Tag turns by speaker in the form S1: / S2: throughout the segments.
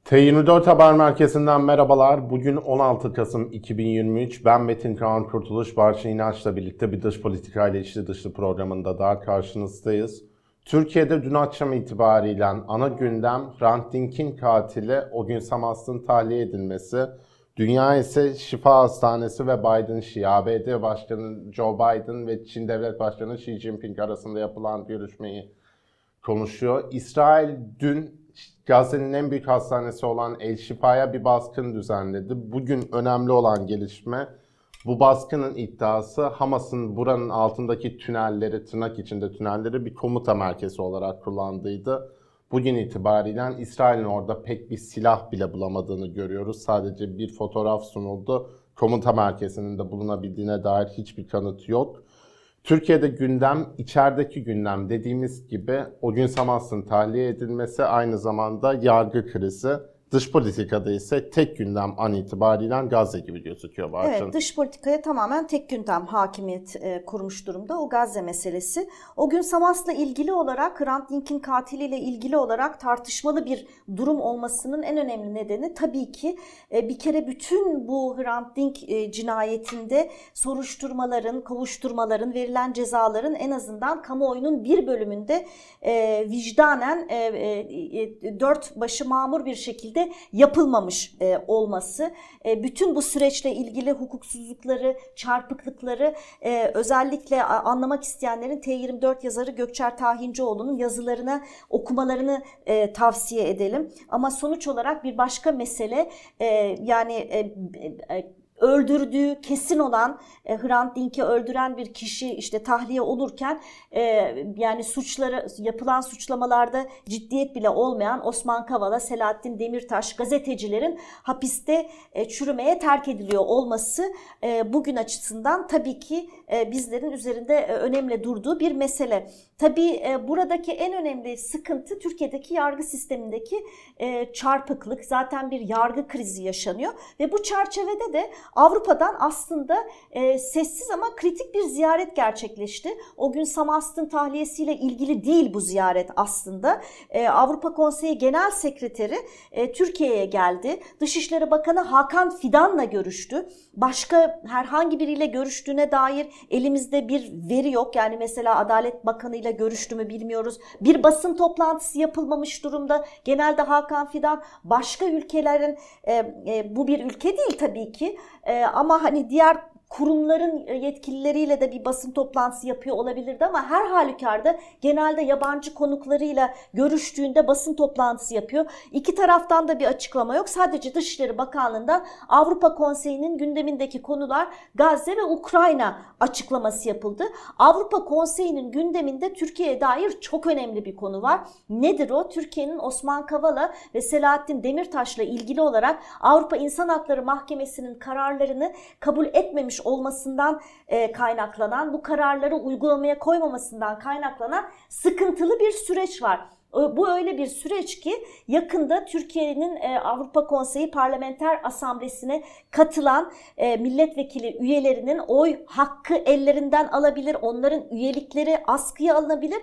S1: T24 Haber Merkezi'nden merhabalar. Bugün 16 Kasım 2023. Ben Metin Kaan Kurtuluş, Barçın İnanç'la birlikte bir dış politika ile içli dışlı programında daha karşınızdayız. Türkiye'de dün akşam itibariyle ana gündem Hrant Dink'in katili Ogün Samas'ın tahliye edilmesi. Dünya ise Şifa Hastanesi ve Biden Xi, ABD Başkanı Joe Biden ve Çin Devlet Başkanı Xi Jinping arasında yapılan görüşmeyi konuşuyor. İsrail dün Gazze'nin en büyük hastanesi olan El Şifa'ya bir baskın düzenledi. Bugün önemli olan gelişme, bu baskının iddiası Hamas'ın buranın altındaki tünelleri, tırnak içinde tünelleri bir komuta merkezi olarak kullandığıydı. Bugün itibariyle İsrail'in orada pek bir silah bile bulamadığını görüyoruz. Sadece bir fotoğraf sunuldu. Komuta merkezinin de bulunabildiğine dair hiçbir kanıt yok. Türkiye'de gündem, içerideki gündem dediğimiz gibi Ogün Samas'ın tahliye edilmesi, aynı zamanda yargı krizi. Dış politikada ise tek gündem an itibariyle Gazze gibi gözüküyor Barçın.
S2: Evet, dış politikaya tamamen tek gündem hakimiyet kurmuş durumda, o Gazze meselesi. Ogün Samas'la ilgili olarak, Hrant Dink'in katiliyle ilgili olarak tartışmalı bir durum olmasının en önemli nedeni tabii ki bir kere bütün bu Hrant Dink cinayetinde soruşturmaların, kovuşturmaların, verilen cezaların en azından kamuoyunun bir bölümünde vicdanen dört başı mamur bir şekilde yapılmamış olması, bütün bu süreçle ilgili hukuksuzlukları, çarpıklıkları özellikle anlamak isteyenlerin T24 yazarı Gökçer Tahincioğlu'nun yazılarını okumalarını tavsiye edelim. Ama sonuç olarak bir başka mesele, öldürdüğü kesin olan Hrant Dink'i öldüren bir kişi işte tahliye olurken yani yapılan suçlamalarda ciddiyet bile olmayan Osman Kavala, Selahattin Demirtaş gazetecilerin hapiste çürümeye terk ediliyor olması bugün açısından tabii ki bizlerin üzerinde önemli durduğu bir mesele. Tabii buradaki en önemli sıkıntı Türkiye'deki yargı sistemindeki çarpıklık. Zaten bir yargı krizi yaşanıyor ve bu çerçevede de Avrupa'dan aslında sessiz ama kritik bir ziyaret gerçekleşti. Ogün Samas'ın tahliyesiyle ilgili değil bu ziyaret aslında. Avrupa Konseyi Genel Sekreteri Türkiye'ye geldi. Dışişleri Bakanı Hakan Fidan'la görüştü. Başka herhangi biriyle görüştüğüne dair elimizde bir veri yok. Yani mesela Adalet Bakanı ile görüştü mü bilmiyoruz. Bir basın toplantısı yapılmamış durumda. Genelde Hakan Fidan başka ülkelerin, bu bir ülke değil tabii ki, ama hani diğer kurumların yetkilileriyle de bir basın toplantısı yapıyor olabilirdi ama her halükarda genelde yabancı konuklarıyla görüştüğünde basın toplantısı yapıyor. İki taraftan da bir açıklama yok. Sadece Dışişleri Bakanlığı'ndan Avrupa Konseyi'nin gündemindeki konular Gazze ve Ukrayna açıklaması yapıldı. Avrupa Konseyi'nin gündeminde Türkiye'ye dair çok önemli bir konu var. Nedir o? Türkiye'nin Osman Kavala ve Selahattin Demirtaş'la ilgili olarak Avrupa İnsan Hakları Mahkemesi'nin kararlarını kabul etmemiş olmasından kaynaklanan, bu kararları uygulamaya koymamasından kaynaklanan sıkıntılı bir süreç var. Bu öyle bir süreç ki yakında Türkiye'nin Avrupa Konseyi Parlamenter Asamblesi'ne katılan milletvekili üyelerinin oy hakkı ellerinden alabilir. Onların üyelikleri askıya alınabilir.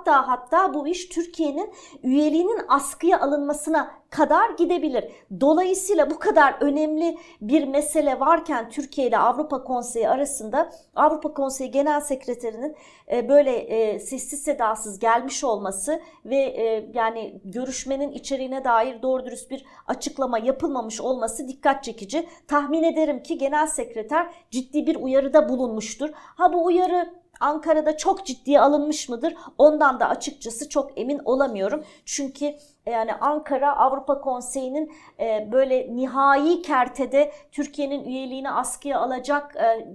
S2: Hatta bu iş Türkiye'nin üyeliğinin askıya alınmasına kadar gidebilir. Dolayısıyla bu kadar önemli bir mesele varken Türkiye ile Avrupa Konseyi arasında Avrupa Konseyi Genel Sekreterinin böyle sessiz sedasız gelmiş olması ve yani görüşmenin içeriğine dair doğru dürüst bir açıklama yapılmamış olması dikkat çekici. Tahmin ederim ki Genel Sekreter ciddi bir uyarıda bulunmuştur. Bu uyarı Ankara'da çok ciddiye alınmış mıdır? Ondan da açıkçası çok emin olamıyorum. Çünkü yani Ankara Avrupa Konseyi'nin böyle nihai kertede Türkiye'nin üyeliğini askıya alacak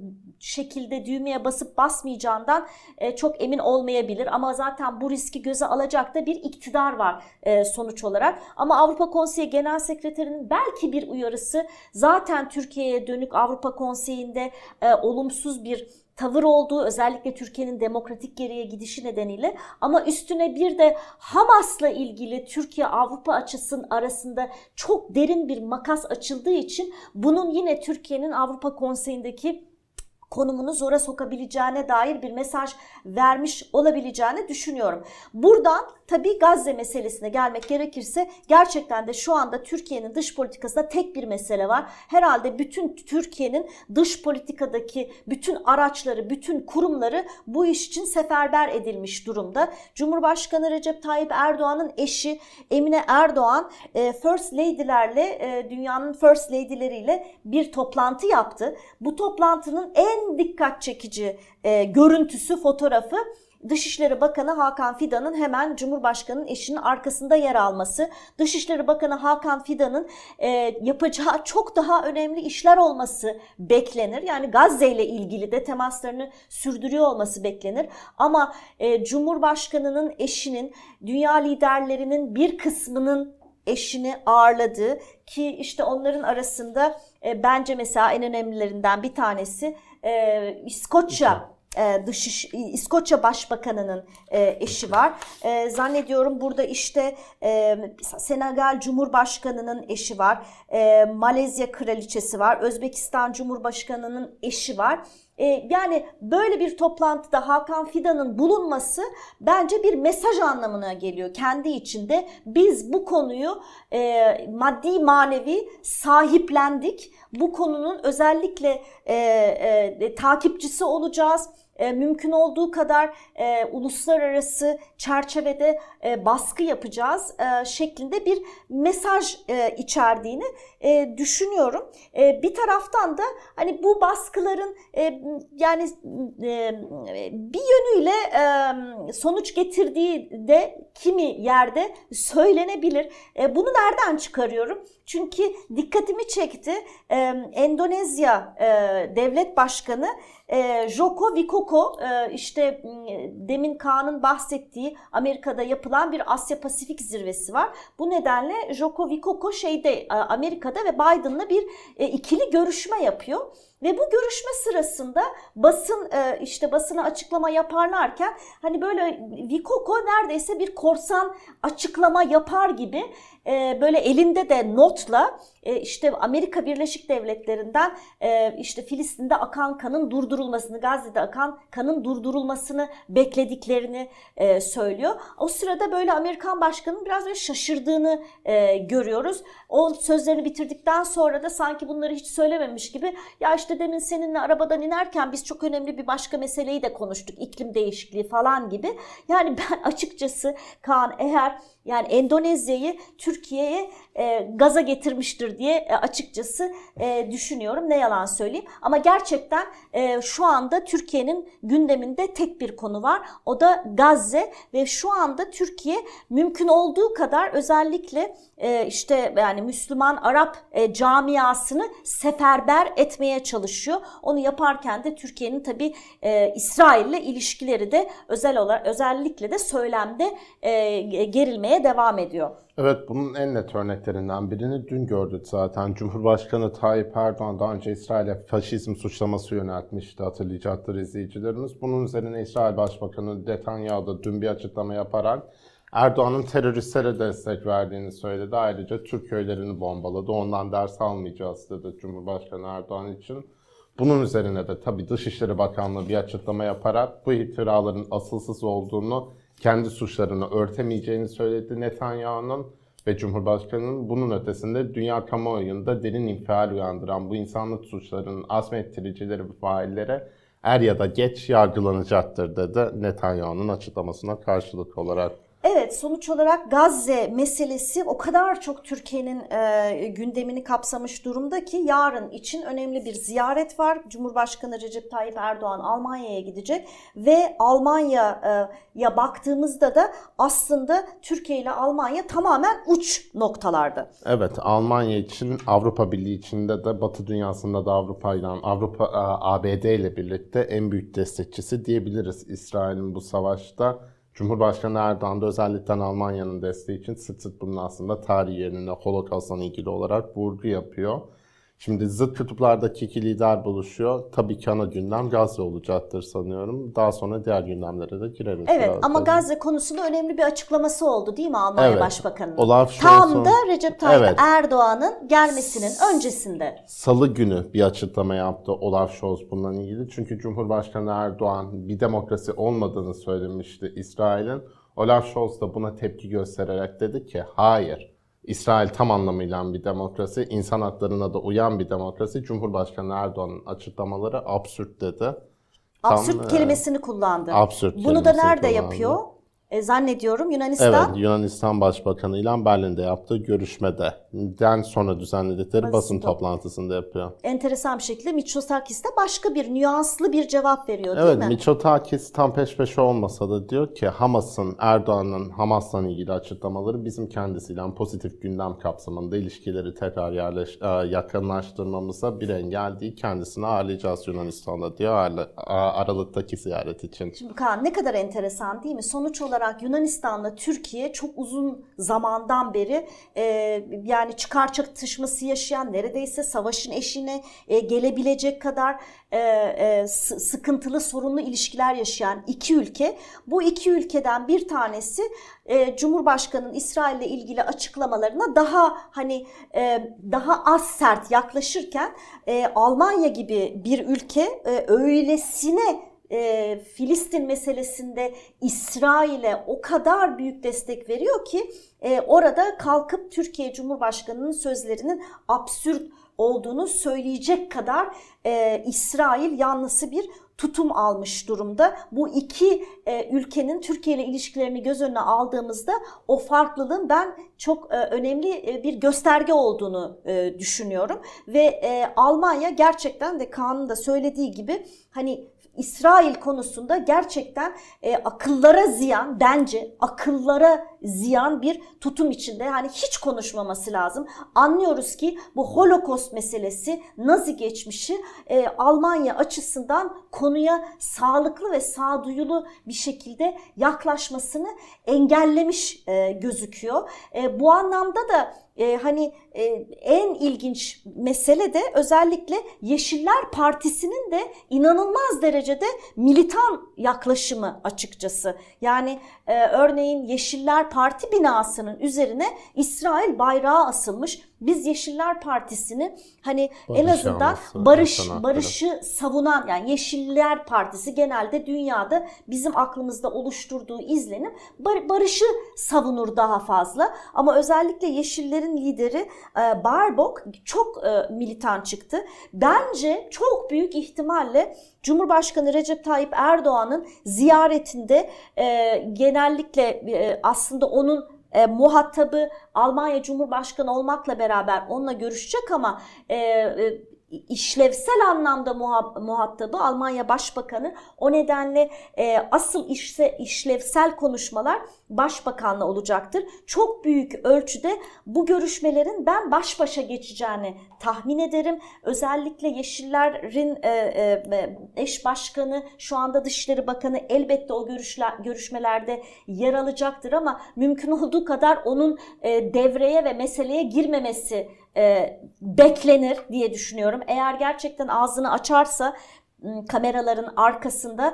S2: şekilde düğmeye basıp basmayacağından çok emin olmayabilir. Ama zaten bu riski göze alacak da bir iktidar var sonuç olarak. Ama Avrupa Konseyi Genel Sekreterinin belki bir uyarısı zaten Türkiye'ye dönük Avrupa Konseyi'nde olumsuz bir tavır olduğu, özellikle Türkiye'nin demokratik geriye gidişi nedeniyle, ama üstüne bir de Hamas'la ilgili Türkiye-Avrupa açısının arasında çok derin bir makas açıldığı için bunun yine Türkiye'nin Avrupa Konseyi'ndeki konumunu zora sokabileceğine dair bir mesaj vermiş olabileceğini düşünüyorum. Buradan tabii Gazze meselesine gelmek gerekirse gerçekten de şu anda Türkiye'nin dış politikasında tek bir mesele var. Herhalde bütün Türkiye'nin dış politikadaki bütün araçları, bütün kurumları bu iş için seferber edilmiş durumda. Cumhurbaşkanı Recep Tayyip Erdoğan'ın eşi Emine Erdoğan First Lady'lerle, dünyanın First Lady'leriyle bir toplantı yaptı. Bu toplantının en dikkat çekici görüntüsü, fotoğrafı Dışişleri Bakanı Hakan Fidan'ın hemen Cumhurbaşkanı'nın eşinin arkasında yer alması. Dışişleri Bakanı Hakan Fidan'ın yapacağı çok daha önemli işler olması beklenir. Yani Gazze ile ilgili de temaslarını sürdürüyor olması beklenir. Ama Cumhurbaşkanı'nın eşinin, dünya liderlerinin bir kısmının eşini ağırladığı, ki işte onların arasında bence mesela en önemlilerinden bir tanesi İskoçya Başbakanı'nın eşi var. Zannediyorum burada işte Senegal Cumhurbaşkanı'nın eşi var. Malezya Kraliçesi var. Özbekistan Cumhurbaşkanı'nın eşi var. Yani böyle bir toplantıda Hakan Fidan'ın bulunması bence bir mesaj anlamına geliyor kendi içinde. Biz bu konuyu maddi manevi sahiplendik. Bu konunun özellikle takipçisi olacağız. Mümkün olduğu kadar uluslararası çerçevede baskı yapacağız şeklinde bir mesaj içerdiğini düşünüyorum. Bir taraftan da hani bu baskıların yani bir yönüyle sonuç getirdiği de kimi yerde söylenebilir. Bunu nereden çıkarıyorum? Çünkü dikkatimi çekti. Endonezya Devlet Başkanı Joko Widodo, işte demin Kaan'ın bahsettiği Amerika'da yapılan bir Asya Pasifik zirvesi var. Bu nedenle Joko Widodo Amerika'da ve Biden'la bir ikili görüşme yapıyor. Ve bu görüşme sırasında basına açıklama yaparlarken hani böyle Widodo neredeyse bir korsan açıklama yapar gibi böyle elinde de notla işte Amerika Birleşik Devletleri'nden işte Filistin'de akan kanın durdurulmasını, Gazze'de akan kanın durdurulmasını beklediklerini söylüyor. O sırada böyle Amerikan başkanının biraz böyle şaşırdığını görüyoruz. O sözlerini bitirdikten sonra da sanki bunları hiç söylememiş gibi, ya işte demin seninle arabadan inerken biz çok önemli bir başka meseleyi de konuştuk, iklim değişikliği falan gibi. Yani ben açıkçası Kaan, eğer yani Endonezya'yı Türkiye'ye gaza getirmiştir diye açıkçası düşünüyorum. Ne yalan söyleyeyim. Ama gerçekten şu anda Türkiye'nin gündeminde tek bir konu var. O da Gazze ve şu anda Türkiye mümkün olduğu kadar özellikle işte yani Müslüman Arap camiasını seferber etmeye çalışıyor. Onu yaparken de Türkiye'nin tabii İsrail'le ilişkileri de özellikle de söylemde gerilmeye devam ediyor.
S1: Evet, bunun en net örneklerinden birini dün gördük zaten. Cumhurbaşkanı Tayyip Erdoğan daha önce İsrail'e faşizm suçlaması yöneltmişti, hatırlayacaktır izleyicilerimiz. Bunun üzerine İsrail Başbakanı Netanyahu da dün bir açıklama yaparak Erdoğan'ın teröristlere destek verdiğini söyledi. Ayrıca Türk köylerini bombaladı. Ondan ders almayacağız dedi Cumhurbaşkanı Erdoğan için. Bunun üzerine de tabii Dışişleri Bakanlığı bir açıklama yaparak bu iftiraların asılsız olduğunu, kendi suçlarını örtemeyeceğini söyledi Netanyahu'nun ve Cumhurbaşkanı'nın. Bunun ötesinde dünya kamuoyunda derin infial uyandıran bu insanlık suçlarının azmettiricileri ve failleri er ya da geç yargılanacaktır dedi Netanyahu'nun açıklamasına karşılık olarak.
S2: Evet, sonuç olarak Gazze meselesi o kadar çok Türkiye'nin gündemini kapsamış durumda ki yarın için önemli bir ziyaret var. Cumhurbaşkanı Recep Tayyip Erdoğan Almanya'ya gidecek ve Almanya'ya baktığımızda da aslında Türkiye ile Almanya tamamen uç noktalarda.
S1: Evet, Almanya için, Avrupa Birliği içinde de Batı dünyasında da ABD ile birlikte en büyük destekçisi diyebiliriz İsrail'in bu savaşta. Cumhurbaşkanı Erdoğan da özellikle Almanya'nın desteği için sık sık bunun aslında tarihi yerine Holocaust'la ilgili olarak vurgu yapıyor. Şimdi zıt kutuplardaki iki lider buluşuyor. Tabii ki ana gündem Gazze olacaktır sanıyorum. Daha sonra diğer gündemlere de gireriz.
S2: Evet ama
S1: tabii.
S2: Gazze konusunda önemli bir açıklaması oldu değil mi Almanya
S1: Evet.
S2: Başbakanı'nın?
S1: Olaf
S2: Tam
S1: Scholz'un-
S2: da Recep Tayyip
S1: Evet.
S2: Erdoğan'ın gelmesinin öncesinde.
S1: Salı günü bir açıklama yaptı Olaf Scholz bununla ilgili. Çünkü Cumhurbaşkanı Erdoğan bir demokrasi olmadığını söylemişti İsrail'in. Olaf Scholz da buna tepki göstererek dedi ki hayır. İsrail tam anlamıyla bir demokrasi, insan haklarına da uyan bir demokrasi. Cumhurbaşkanı Erdoğan'ın açıklamaları absürt dedi.
S2: Absürt kelimesini kullandı.
S1: absürt
S2: Bunu da
S1: kelimesini
S2: nerede
S1: kullandı.
S2: yapıyor? Zannediyorum Yunanistan.
S1: Evet, Yunanistan Başbakanı ile Berlin'de yaptığı görüşmeden sonra düzenledikleri basın toplantısında yapıyor.
S2: Enteresan bir şekilde Mitsotakis de başka bir nüanslı bir cevap veriyor değil
S1: Evet,
S2: mi?
S1: Mitsotakis tam peş peşe olmasa da diyor ki Erdoğan'ın Hamas'la ilgili açıklamaları bizim kendisiyle pozitif gündem kapsamında ilişkileri tekrar yakınlaştırmamıza bir engel değil. Kendisini ağırlayacağız Yunanistan'da diyor Aralık'taki ziyaret için.
S2: Şimdi Kaan ne kadar enteresan değil mi? Sonuç olarak Yunanistan'la Türkiye çok uzun zamandan beri yani çıkar çatışması yaşayan, neredeyse savaşın eşiğine gelebilecek kadar sıkıntılı, sorunlu ilişkiler yaşayan iki ülke. Bu iki ülkeden bir tanesi Cumhurbaşkanı'nın İsrail'le ilgili açıklamalarına daha az sert yaklaşırken Almanya gibi bir ülke öylesine Filistin meselesinde İsrail'e o kadar büyük destek veriyor ki orada kalkıp Türkiye Cumhurbaşkanı'nın sözlerinin absürt olduğunu söyleyecek kadar İsrail yanlısı bir tutum almış durumda. Bu iki ülkenin Türkiye ile ilişkilerini göz önüne aldığımızda o farklılığın ben çok önemli bir gösterge olduğunu düşünüyorum. Ve Almanya gerçekten de Kaan'ın da söylediği gibi hani İsrail konusunda gerçekten akıllara ziyan bir tutum içinde. Yani hiç konuşmaması lazım. Anlıyoruz ki bu Holocaust meselesi, Nazi geçmişi Almanya açısından konuya sağlıklı ve sağduyulu bir şekilde yaklaşmasını engellemiş gözüküyor. Bu anlamda da en ilginç mesele de özellikle Yeşiller Partisi'nin de inanılmaz derecede militan yaklaşımı açıkçası. Yani örneğin Yeşiller Parti binasının üzerine İsrail bayrağı asılmış. Biz Yeşiller Partisi'ni en azından barışı savunan, yani Yeşiller Partisi genelde dünyada bizim aklımızda oluşturduğu izlenim barışı savunur daha fazla. Ama özellikle Yeşillerin lideri Baerbock çok militan çıktı. Bence çok büyük ihtimalle Cumhurbaşkanı Recep Tayyip Erdoğan'ın ziyaretinde genellikle aslında onun muhatabı Almanya Cumhurbaşkanı olmakla beraber onunla görüşecek ama işlevsel anlamda muhatabı Almanya Başbakanı. O nedenle asıl işlevsel konuşmalar Başbakanla olacaktır. Çok büyük ölçüde bu görüşmelerin ben baş başa geçeceğini tahmin ederim. Özellikle Yeşiller'in eş başkanı, şu anda Dışişleri Bakanı elbette o görüşmelerde yer alacaktır ama mümkün olduğu kadar onun devreye ve meseleye girmemesi beklenir diye düşünüyorum. Eğer gerçekten ağzını açarsa kameraların arkasında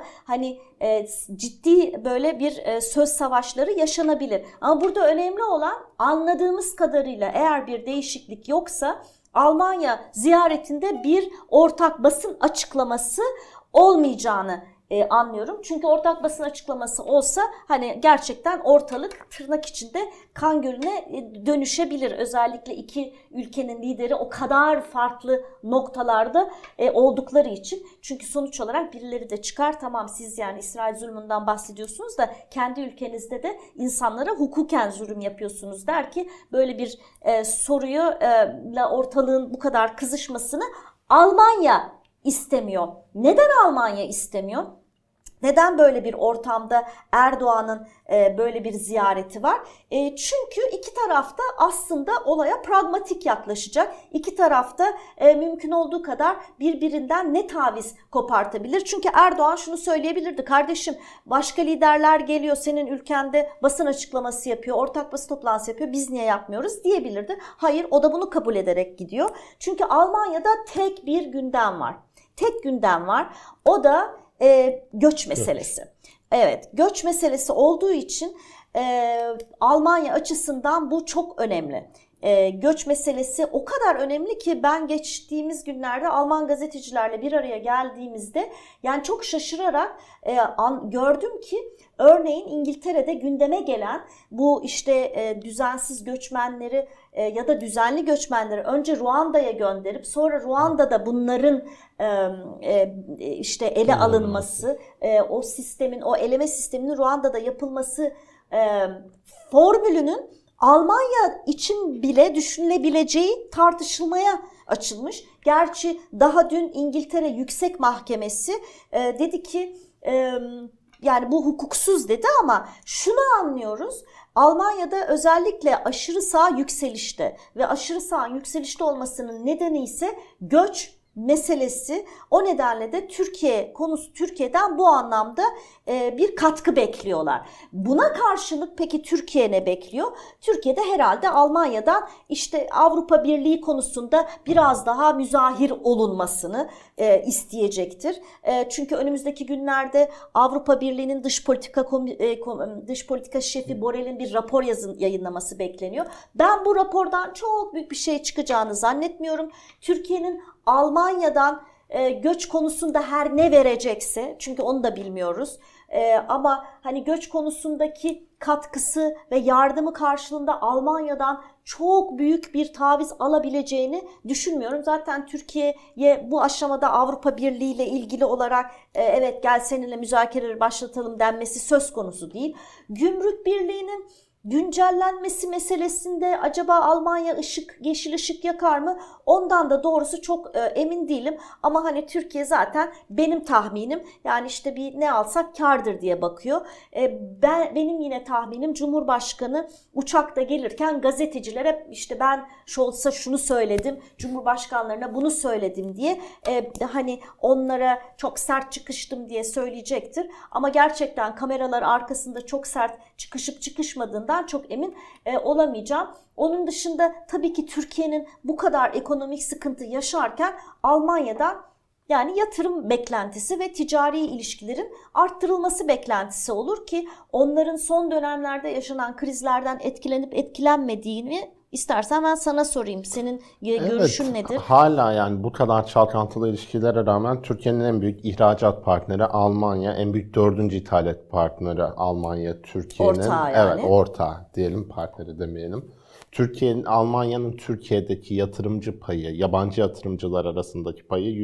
S2: ciddi böyle bir söz savaşları yaşanabilir. Ama burada önemli olan, anladığımız kadarıyla eğer bir değişiklik yoksa Almanya ziyaretinde bir ortak basın açıklaması olmayacağını anlıyorum. Çünkü ortak basın açıklaması olsa gerçekten ortalık tırnak içinde kan gölüne dönüşebilir. Özellikle iki ülkenin lideri o kadar farklı noktalarda oldukları için. Çünkü sonuç olarak birileri de çıkar, tamam siz yani İsrail zulmünden bahsediyorsunuz da kendi ülkenizde de insanlara hukuken zulüm yapıyorsunuz der ki böyle bir soruyla ortalığın bu kadar kızışmasını Almanya istemiyor. Neden Almanya istemiyor? Neden böyle bir ortamda Erdoğan'ın böyle bir ziyareti var? Çünkü iki tarafta aslında olaya pragmatik yaklaşacak. İki tarafta mümkün olduğu kadar birbirinden ne taviz kopartabilir? Çünkü Erdoğan şunu söyleyebilirdi: kardeşim, başka liderler geliyor, senin ülkende basın açıklaması yapıyor, ortak basın toplantısı yapıyor, biz niye yapmıyoruz diyebilirdi. Hayır, o da bunu kabul ederek gidiyor. Çünkü Almanya'da tek bir gündem var. Tek gündem var. O da göç meselesi. Evet, göç meselesi olduğu için Almanya açısından bu çok önemli. Göç meselesi o kadar önemli ki ben geçtiğimiz günlerde Alman gazetecilerle bir araya geldiğimizde yani çok şaşırarak gördüm ki örneğin İngiltere'de gündeme gelen bu işte düzensiz göçmenleri ya da düzenli göçmenleri önce Ruanda'ya gönderip sonra Ruanda'da bunların işte ele alınması, o sistemin, o eleme sisteminin Ruanda'da yapılması formülünün Almanya için bile düşünülebileceği tartışılmaya açılmış. Gerçi daha dün İngiltere Yüksek Mahkemesi dedi ki yani bu hukuksuz dedi, ama şunu anlıyoruz: Almanya'da özellikle aşırı sağ yükselişte ve aşırı sağ yükselişte olmasının nedeni ise göç meselesi. O nedenle de Türkiye'den bu anlamda bir katkı bekliyorlar. Buna karşılık peki Türkiye ne bekliyor? Türkiye de herhalde Almanya'dan işte Avrupa Birliği konusunda biraz daha müzahir olunmasını isteyecektir. Çünkü önümüzdeki günlerde Avrupa Birliği'nin dış politika şefi Borrell'in bir rapor yayınlaması bekleniyor. Ben bu rapordan çok büyük bir şey çıkacağını zannetmiyorum. Türkiye'nin Almanya'dan göç konusunda her ne verecekse, çünkü onu da bilmiyoruz, ama hani göç konusundaki katkısı ve yardımı karşılığında Almanya'dan çok büyük bir taviz alabileceğini düşünmüyorum. Zaten Türkiye'ye bu aşamada Avrupa Birliği ile ilgili olarak evet gel seninle müzakereleri başlatalım denmesi söz konusu değil. Gümrük Birliği'nin güncellenmesi meselesinde acaba Almanya yeşil ışık yakar mı? Ondan da doğrusu çok emin değilim. Ama hani Türkiye zaten benim tahminim yani işte bir ne alsak kârdır diye bakıyor. Benim yine tahminim Cumhurbaşkanı uçakta gelirken gazetecilere işte ben Scholz'a şunu söyledim, Cumhurbaşkanlarına bunu söyledim diye hani onlara çok sert çıkıştım diye söyleyecektir. Ama gerçekten kameralar arkasında çok sert çıkışıp çıkışmadığından çok emin olamayacağım. Onun dışında tabii ki Türkiye'nin bu kadar ekonomik sıkıntı yaşarken Almanya'dan yani yatırım beklentisi ve ticari ilişkilerin arttırılması beklentisi olur ki onların son dönemlerde yaşanan krizlerden etkilenip etkilenmediğini İstersen ben sana sorayım. Senin görüşün nedir?
S1: Hala yani bu kadar çalkantılı ilişkilere rağmen Türkiye'nin en büyük ihracat partneri Almanya, en büyük 4. ithalat partneri Almanya, Türkiye'nin
S2: ortağı yani.
S1: Evet, ortağı diyelim, partneri demeyelim. Almanya'nın Türkiye'deki yatırımcı payı, yabancı yatırımcılar arasındaki payı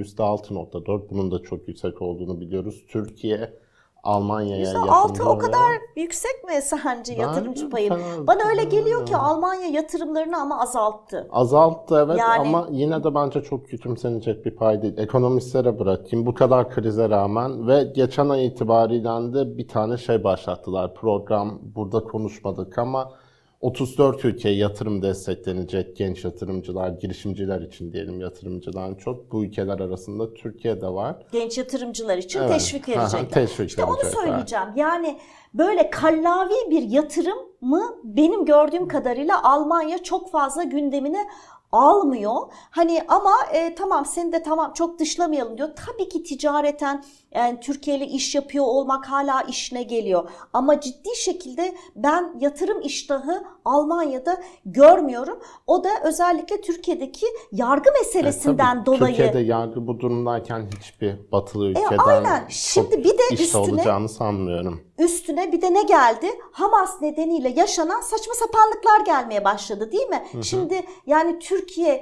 S1: %6.4. Bunun da çok yüksek olduğunu biliyoruz. Türkiye Almanya'ya
S2: %6 o kadar yüksek mi sence yatırımcı payı? Bana öyle geliyor ki Almanya yatırımlarını ama azalttı.
S1: Azalttı evet,
S2: yani,
S1: ama yine de bence çok küçümsenecek bir pay değil. Ekonomistlere bırakayım, bu kadar krize rağmen ve geçen ay itibariyle de bir tane şey başlattılar. Program burada konuşmadık ama 34 ülkeye yatırım desteklenecek, genç yatırımcılar, girişimciler için diyelim, yatırımcıdan çok. Bu ülkeler arasında Türkiye de var.
S2: Genç yatırımcılar için
S1: evet.
S2: teşvik verecekler.
S1: Teşvik
S2: işte
S1: verecekler.
S2: Onu söyleyeceğim. Yani böyle kallavi bir yatırımı benim gördüğüm kadarıyla Almanya çok fazla gündemine almıyor. Hani ama tamam seni de tamam çok dışlamayalım diyor. Tabii ki ticareten yani Türkiye ile iş yapıyor olmak hala işine geliyor. Ama ciddi şekilde ben yatırım iştahı Almanya'da görmüyorum. O da özellikle Türkiye'deki yargı meselesinden dolayı.
S1: Türkiye'de yargı bu durumdayken hiçbir batılı ülkeden
S2: aynen. Şimdi bir de
S1: işte olacağını sanmıyorum.
S2: Üstüne bir de ne geldi? Hamas nedeniyle yaşanan saçma sapanlıklar gelmeye başladı değil mi? Hı hı. Şimdi yani Türkiye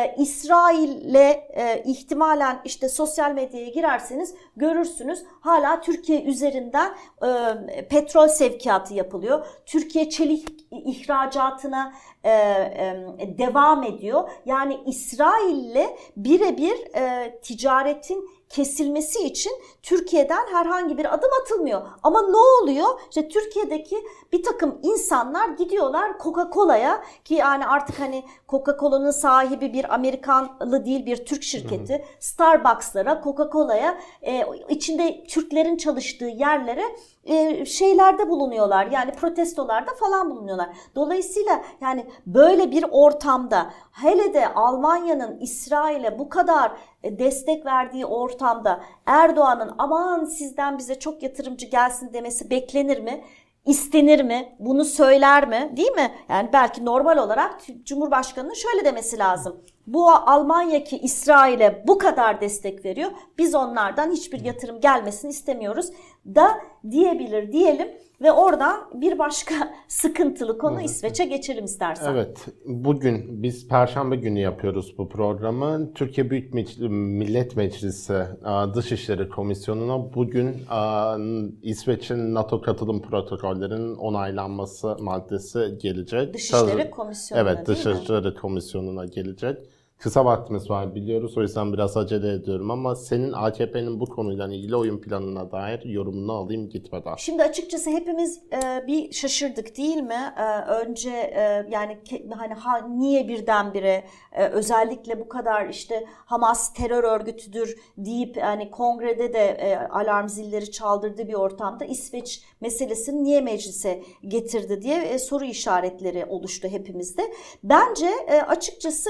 S2: İsrail'le ihtimalen işte sosyal medyaya girerseniz görürsünüz hala Türkiye üzerinden petrol sevkiyatı yapılıyor. Türkiye çelik ihracatına devam ediyor. Yani İsrail'le birebir ticaretin kesilmesi için Türkiye'den herhangi bir adım atılmıyor. Ama ne oluyor? İşte Türkiye'deki bir takım insanlar gidiyorlar Coca-Cola'ya, ki yani artık hani Coca-Cola'nın sahibi bir Amerikanlı değil, bir Türk şirketi. Starbucks'lara, Coca-Cola'ya, içinde Türklerin çalıştığı yerlere şeylerde bulunuyorlar. Yani protestolarda falan bulunuyorlar. Dolayısıyla yani böyle bir ortamda, hele de Almanya'nın İsrail'e bu kadar destek verdiği ortamda Erdoğan'ın aman sizden bize çok yatırımcı gelsin demesi beklenir mi? İstenir mi? Bunu söyler mi? Değil mi? Yani belki normal olarak Cumhurbaşkanı'nın şöyle demesi lazım: bu Almanya ki İsrail'e bu kadar destek veriyor, biz onlardan hiçbir yatırım gelmesini istemiyoruz da diyebilir diyelim ve oradan bir başka sıkıntılı konu İsveç'e geçelim istersen.
S1: Evet, bugün biz Perşembe günü yapıyoruz bu programı. Türkiye Büyük Millet Meclisi Dışişleri Komisyonu'na bugün İsveç'in NATO katılım protokollerinin onaylanması maddesi gelecek.
S2: Dışişleri Komisyonu'na,
S1: evet, Dışişleri Komisyonu'na gelecek. Kısa vaktimiz var biliyoruz, o yüzden biraz acele ediyorum ama senin AKP'nin bu konuyla ilgili oyun planına dair yorumunu alayım gitmeden.
S2: Şimdi açıkçası hepimiz bir şaşırdık değil mi? Önce yani hani niye birdenbire özellikle bu kadar işte Hamas terör örgütüdür deyip yani kongrede de alarm zilleri çaldırdığı bir ortamda İsveç meselesini niye meclise getirdi diye soru işaretleri oluştu hepimizde. Bence açıkçası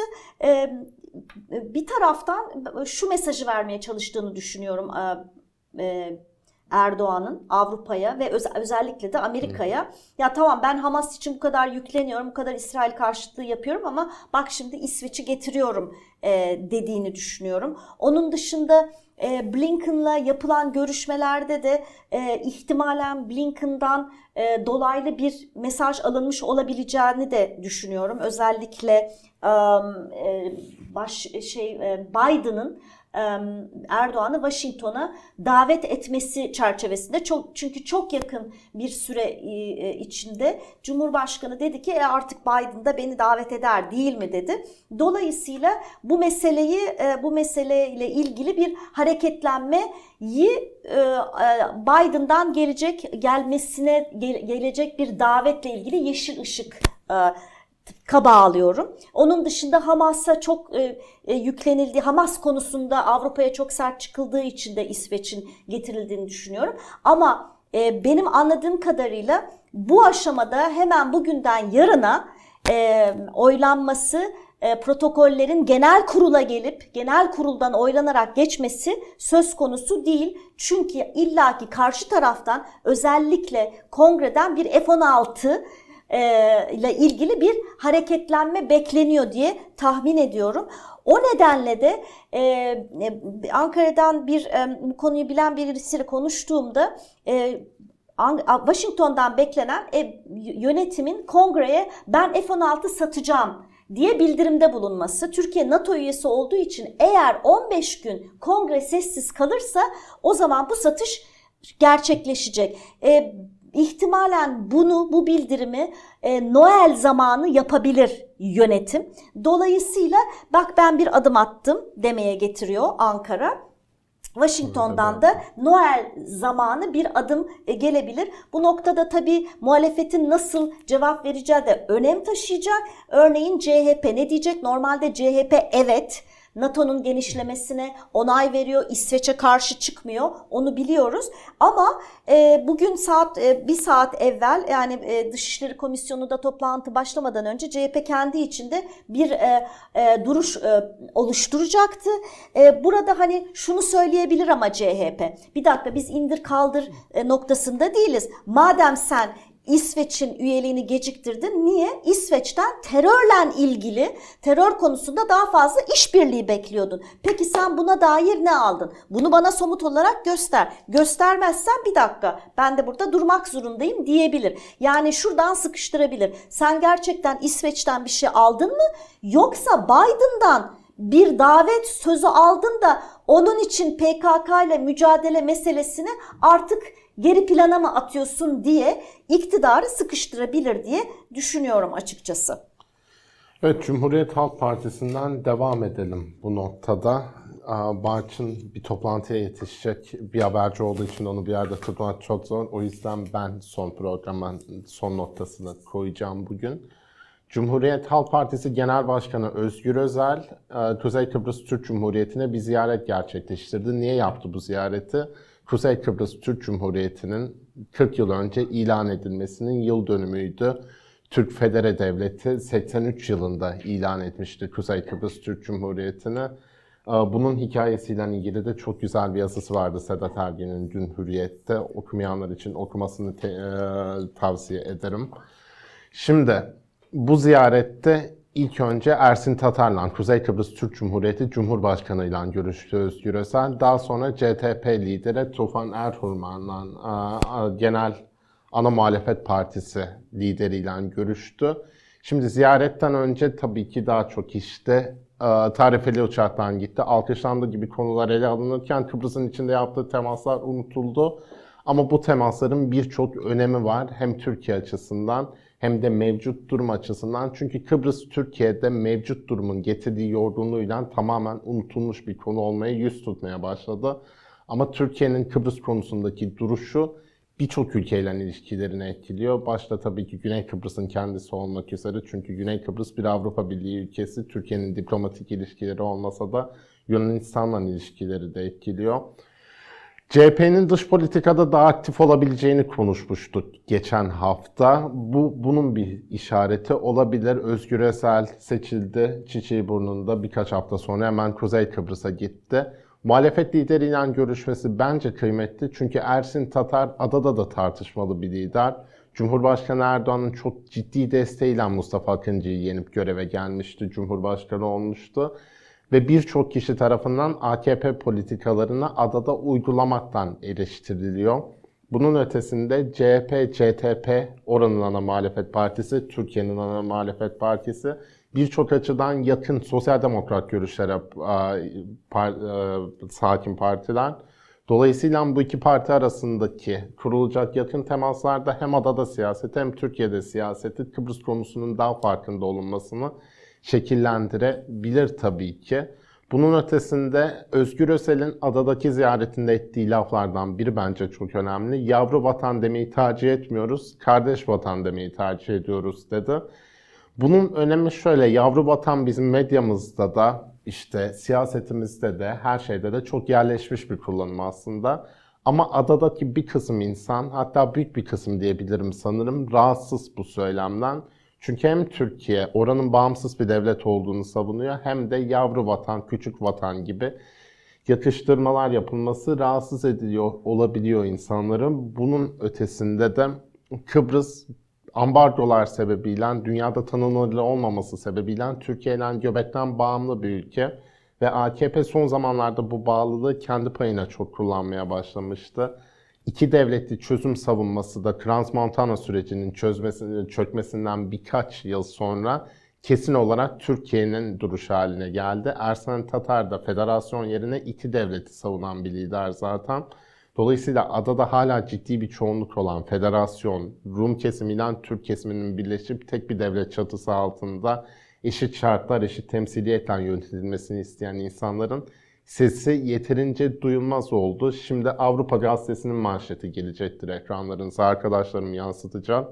S2: bir taraftan şu mesajı vermeye çalıştığını düşünüyorum Erdoğan'ın Avrupa'ya ve özellikle de Amerika'ya. Ya tamam, ben Hamas için bu kadar yükleniyorum, bu kadar İsrail karşıtlığı yapıyorum ama bak şimdi İsveç'i getiriyorum dediğini düşünüyorum. Onun dışında Blinken'la yapılan görüşmelerde de ihtimalen Blinken'dan dolaylı bir mesaj alınmış olabileceğini de düşünüyorum. Özellikle Biden'ın Erdoğan'ı Washington'a davet etmesi çerçevesinde, çünkü çok yakın bir süre içinde Cumhurbaşkanı dedi ki artık Biden da beni davet eder değil mi dedi. Dolayısıyla bu meseleyle ilgili bir hareketlenmeyi Biden'dan gelecek bir davetle ilgili yeşil ışık bağlıyorum. Onun dışında Hamas'a çok yüklenildiği, Hamas konusunda Avrupa'ya çok sert çıkıldığı için de İsveç'in getirildiğini düşünüyorum. Ama benim anladığım kadarıyla bu aşamada hemen bugünden yarına oylanması, protokollerin genel kurula gelip genel kuruldan oylanarak geçmesi söz konusu değil. Çünkü illaki karşı taraftan, özellikle kongreden bir F-16 ile ilgili bir hareketlenme bekleniyor diye tahmin ediyorum. O nedenle de Ankara'dan bu konuyu bilen birisiyle konuştuğumda Washington'dan beklenen yönetimin kongreye ben F-16 satacağım diye bildirimde bulunması. Türkiye NATO üyesi olduğu için eğer 15 gün kongre sessiz kalırsa o zaman bu satış gerçekleşecek. İhtimalen bu bildirimi Noel zamanı yapabilir yönetim. Dolayısıyla bak ben bir adım attım demeye getiriyor Ankara. Washington'dan da Noel zamanı bir adım gelebilir. Bu noktada tabii muhalefetin nasıl cevap vereceği de önem taşıyacak. Örneğin CHP ne diyecek? Normalde CHP evet, NATO'nun genişlemesine onay veriyor, İsveç'e karşı çıkmıyor, onu biliyoruz. Ama bugün bir saat evvel, yani Dışişleri Komisyonu'nda toplantı başlamadan önce CHP kendi içinde bir duruş oluşturacaktı. Burada hani şunu söyleyebilir ama CHP, bir dakika biz indir kaldır noktasında değiliz. Madem sen İsveç'in üyeliğini geciktirdin, niye? İsveç'ten terör konusunda daha fazla işbirliği bekliyordun. Peki sen buna dair ne aldın? Bunu bana somut olarak göster. Göstermezsen bir dakika ben de burada durmak zorundayım diyebilir. Yani şuradan sıkıştırabilir. Sen gerçekten İsveç'ten bir şey aldın mı? Yoksa Biden'dan bir davet sözü aldın da onun için PKK ile mücadele meselesini artık geri plana mı atıyorsun diye iktidarı sıkıştırabilir diye düşünüyorum açıkçası.
S1: Evet, Cumhuriyet Halk Partisi'nden devam edelim bu noktada. Barçın bir toplantıya yetişecek bir haberci olduğu için onu bir yerde tutmak çok zor. O yüzden ben programın son noktasını koyacağım bugün. Cumhuriyet Halk Partisi Genel Başkanı Özgür Özel, Kuzey Kıbrıs Türk Cumhuriyeti'ne bir ziyaret gerçekleştirdi. Niye yaptı bu ziyareti? Kuzey Kıbrıs Türk Cumhuriyeti'nin 40 yıl önce ilan edilmesinin yıl dönümüydü. Türk Federe Devleti 83 yılında ilan etmişti Kuzey Kıbrıs Türk Cumhuriyeti'ni. Bunun hikayesiyle ilgili de çok güzel bir yazısı vardı Sedat Ergen'in dün Hürriyet'te. Okumayanlar için okumasını tavsiye ederim. Şimdi bu ziyarette ilk önce Ersin Tatar'la Kuzey Kıbrıs Türk Cumhuriyeti Cumhurbaşkanı ile görüştü Özgür Özel. Daha sonra CTP lideri Tufan Erhurman'la genel ana muhalefet partisi lideriyle görüştü. Şimdi ziyaretten önce tabii ki daha çok işte tarifeli uçaktan gitti. Alkışlandı gibi konular ele alınırken Kıbrıs'ın içinde yaptığı temaslar unutuldu. Ama bu temasların birçok önemi var. Hem Türkiye açısından hem de mevcut durum açısından. Çünkü Kıbrıs Türkiye'de mevcut durumun getirdiği yorgunluğuyla tamamen unutulmuş bir konu olmaya yüz tutmaya başladı. Ama Türkiye'nin Kıbrıs konusundaki duruşu birçok ülkeyle ilişkilerini etkiliyor. Başta tabii ki Güney Kıbrıs'ın kendisi olmak üzere. Çünkü Güney Kıbrıs bir Avrupa Birliği ülkesi. Türkiye'nin diplomatik ilişkileri olmasa da Yunanistan'la ilişkileri de etkiliyor. CHP'nin dış politikada daha aktif olabileceğini konuşmuştuk geçen hafta. Bunun bir işareti olabilir. Özgür Özel seçildi. Çiçeğiburnun'da birkaç hafta sonra hemen Kuzey Kıbrıs'a gitti. Muhalefet lideriyle görüşmesi bence kıymetli. Çünkü Ersin Tatar adada da tartışmalı bir lider. Cumhurbaşkanı Erdoğan'ın çok ciddi desteğiyle Mustafa Akıncı'yı yenip göreve gelmişti. Cumhurbaşkanı olmuştu. Ve birçok kişi tarafından AKP politikalarını adada uygulamaktan eleştiriliyor. Bunun ötesinde CHP, CTP, oranın ana muhalefet partisi, Türkiye'nin ana muhalefet partisi birçok açıdan yakın sosyal demokrat görüşlere hakim partiler. Dolayısıyla bu iki parti arasındaki kurulacak yakın temaslarda hem adada siyaseti hem Türkiye'de siyaseti Kıbrıs konusunun daha farkında olunmasını şekillendirebilir tabii ki. Bunun ötesinde Özgür Özel'in adadaki ziyaretinde ettiği laflardan biri bence çok önemli. Yavru vatan demeyi tercih etmiyoruz, kardeş vatan demeyi tercih ediyoruz dedi. Bunun önemi şöyle, yavru vatan bizim medyamızda da, işte siyasetimizde de, her şeyde de çok yerleşmiş bir kullanım aslında. Ama adadaki bir kısım insan, hatta büyük bir kısım diyebilirim sanırım, rahatsız bu söylemden. Çünkü hem Türkiye oranın bağımsız bir devlet olduğunu savunuyor hem de yavru vatan, küçük vatan gibi yakıştırmalar yapılması rahatsız ediyor olabiliyor insanların. Bunun ötesinde de Kıbrıs ambargolar sebebiyle, dünyada tanınırlı olmaması sebebiyle Türkiye ile göbekten bağımlı bir ülke. Ve AKP son zamanlarda bu bağlılığı kendi payına çok kullanmaya başlamıştı. İki devletli çözüm savunması da Trans-Montana sürecinin çökmesinden birkaç yıl sonra kesin olarak Türkiye'nin duruşu haline geldi. Ersin Tatar da federasyon yerine iki devleti savunan bir lider zaten. Dolayısıyla adada hala ciddi bir çoğunluk olan federasyon, Rum kesimiyle Türk kesiminin birleşip tek bir devlet çatısı altında eşit şartlar, eşit temsiliyetle yönetilmesini isteyen insanların sesi yeterince duyulmaz oldu. Şimdi Avrupa Gazetesi'nin manşeti gelecektir ekranlarınıza. Arkadaşlarım yansıtacağım.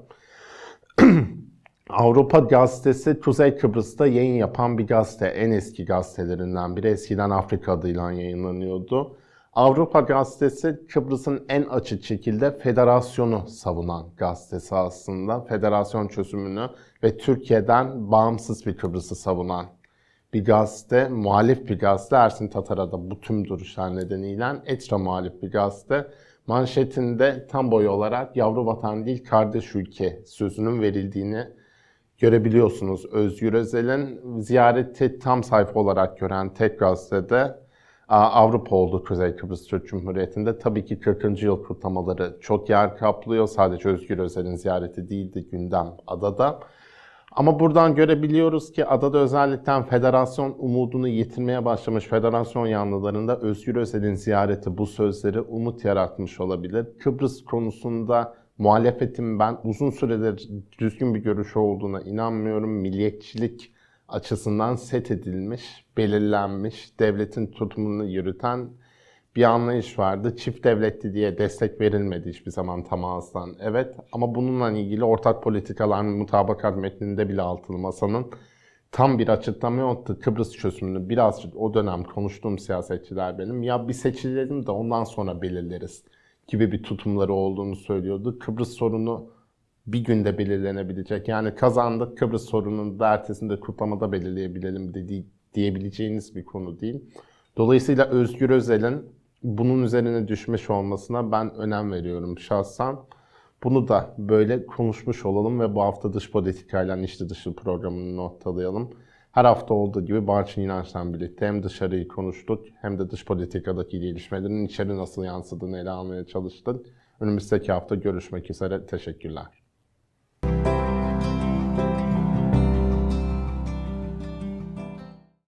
S1: Avrupa Gazetesi Kuzey Kıbrıs'ta yayın yapan bir gazete. En eski gazetelerinden biri. Eskiden Afrika adıyla yayınlanıyordu. Avrupa Gazetesi Kıbrıs'ın en açık şekilde federasyonu savunan gazetesi aslında. Federasyon çözümünü ve Türkiye'den bağımsız bir Kıbrıs'ı savunan bir gazete, muhalif bir gazete. Ersin Tatar'a da bu tüm duruşlar nedeniyle ekstra muhalif bir gazete. Manşetinde tam boy olarak yavru vatan değil kardeş ülke sözünün verildiğini görebiliyorsunuz. Özgür Özel'in ziyareti tam sayfa olarak gören tek gazetede Avrupa oldu Kuzey Kıbrıs Türk Cumhuriyeti'nde. Tabii ki 40. yıl kutlamaları çok yer kaplıyor. Sadece Özgür Özel'in ziyareti değildi gündem adada. Ama buradan görebiliyoruz ki adada özellikle federasyon umudunu yitirmeye başlamış federasyon yanlılarında Özgür Özel'in ziyareti bu sözleri umut yaratmış olabilir. Kıbrıs konusunda muhalefetin ben uzun süredir düzgün bir görüşü olduğuna inanmıyorum. Milliyetçilik açısından set edilmiş, belirlenmiş, devletin tutumunu yürüten bir anlayış vardı. Çift devletli diye destek verilmedi hiçbir zaman tam ağızdan. Evet, ama bununla ilgili ortak politikaların mutabakat metninde bile altılı masanın tam bir açıklama yoktu. Kıbrıs çözümünü birazcık o dönem konuştuğum siyasetçiler benim. Ya bir seçilelim de ondan sonra belirleriz gibi bir tutumları olduğunu söylüyordu. Kıbrıs sorunu bir günde belirlenebilecek. Yani kazandık, Kıbrıs sorununu da ertesinde kutlamada belirleyebilelim diyebileceğiniz bir konu değil. Dolayısıyla Özgür Özel'in bunun üzerine düşmüş olmasına ben önem veriyorum şahsen. Bunu da böyle konuşmuş olalım ve bu hafta dış politikayla içli dışı programını noktalayalım. Her hafta olduğu gibi Barçın İnanç'tan birlikte hem dışarıyı konuştuk hem de dış politikadaki gelişmelerin içeri nasıl yansıdığını ele almaya çalıştık. Önümüzdeki hafta görüşmek üzere. Teşekkürler.